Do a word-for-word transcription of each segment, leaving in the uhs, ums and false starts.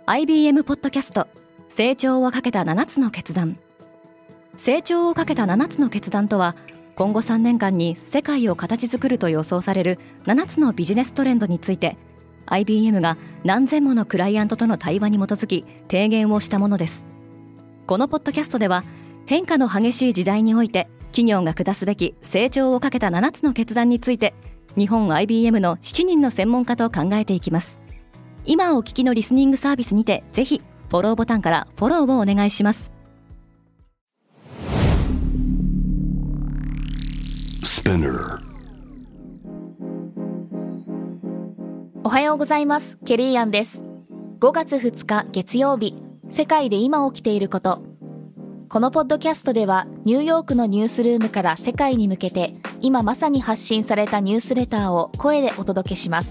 アイビーエム ポッドキャスト成長をかけたななつの決断。成長をかけたななつの決断とは、今後さんねんかんに世界を形作ると予想されるななつのビジネストレンドについて アイビーエム が何千ものクライアントとの対話に基づき提言をしたものです。このポッドキャストでは、変化の激しい時代において企業が下すべき成長をかけたななつの決断について、日本 アイビーエム のしちにんの専門家と考えていきます。今お聞きのリスニングサービスにて、ぜひフォローボタンからフォローをお願いします。 おはようございます。ケリーアンです。ごがつふつか月曜日、世界で今起きていること。このポッドキャストでは、ニューヨークのニュースルームから世界に向けて、今まさに発信されたニュースレターを声でお届けします。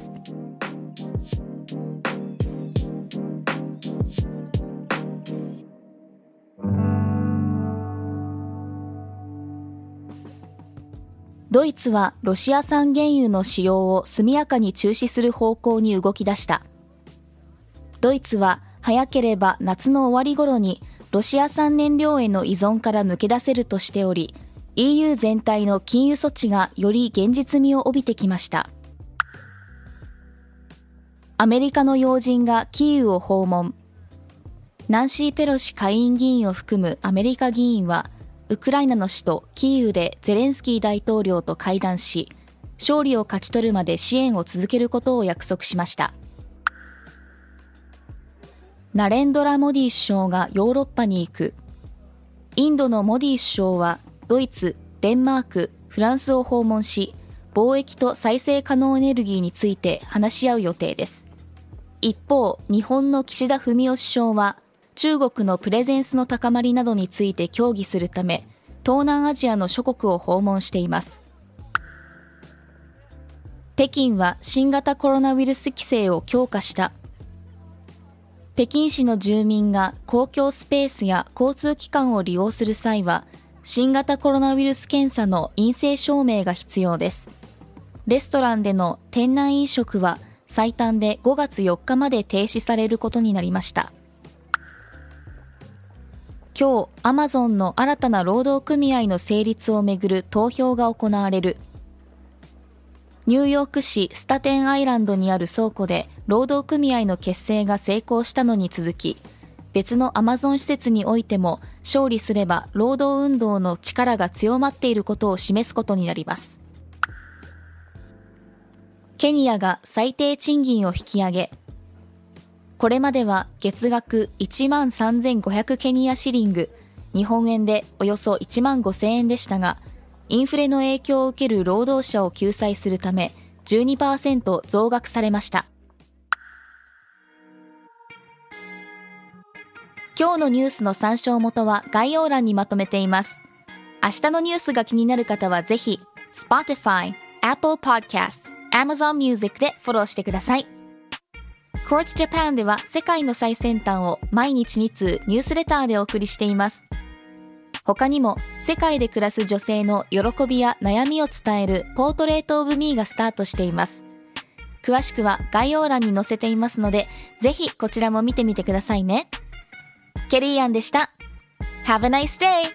ドイツはロシア産原油の使用を速やかに中止する方向に動き出した。ドイツは早ければ夏の終わり頃にロシア産燃料への依存から抜け出せるとしており、イーユー 全体の禁輸措置がより現実味を帯びてきました。アメリカの要人がキーウを訪問。ナンシー・ペロシ下院議員を含むアメリカ議員は、ウクライナの首都キーウでゼレンスキー大統領と会談し、勝利を勝ち取るまで支援を続けることを約束しました。ナレンドラ・モディ首相がヨーロッパに行く。インドのモディ首相はドイツ、デンマーク、フランスを訪問し、貿易と再生可能エネルギーについて話し合う予定です。一方、日本の岸田文雄首相は、中国のプレゼンスの高まりなどについて協議するため、東南アジアの諸国を訪問しています。北京は新型コロナウイルス規制を強化した。北京市の住民が公共スペースや交通機関を利用する際は、新型コロナウイルス検査の陰性証明が必要です。レストランでの店内飲食は最短でごがつよっかまで停止されることになりました。今日、アマゾンの新たな労働組合の成立をめぐる投票が行われる。ニューヨーク市スタテンアイランドにある倉庫で労働組合の結成が成功したのに続き、別のアマゾン施設においても勝利すれば労働運動の力が強まっていることを示すことになります。ケニアが最低賃金を引き上げ。これまでは月額いちまんさんぜんごひゃくケニアシリング、日本円でおよそいちまんごせんえんでしたが、インフレの影響を受ける労働者を救済するため じゅうにパーセント 増額されました。今日のニュースの参照元は概要欄にまとめています。明日のニュースが気になる方はぜひ Spotify、Apple Podcasts、Amazon Music でフォローしてください。Quartz Japan では世界の最先端を毎日に通ニュースレターでお送りしています。他にも世界で暮らす女性の喜びや悩みを伝えるポートレートオブミーがスタートしています。詳しくは概要欄に載せていますので、ぜひこちらも見てみてくださいね。ケリーアンでした。Have a nice day!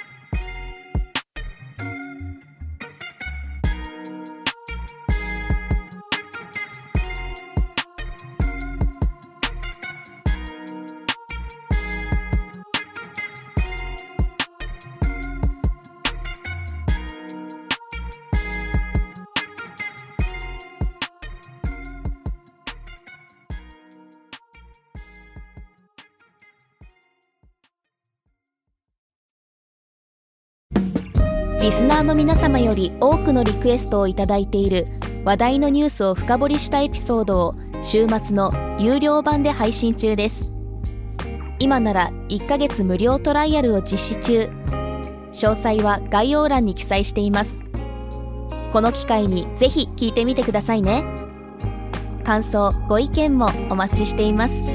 リスナーの皆様より多くのリクエストをいただいている話題のニュースを深掘りしたエピソードを週末の有料版で配信中です。今ならいっかげつ無料トライアルを実施中。詳細は概要欄に記載しています。この機会にぜひ聞いてみてくださいね。感想、ご意見もお待ちしています。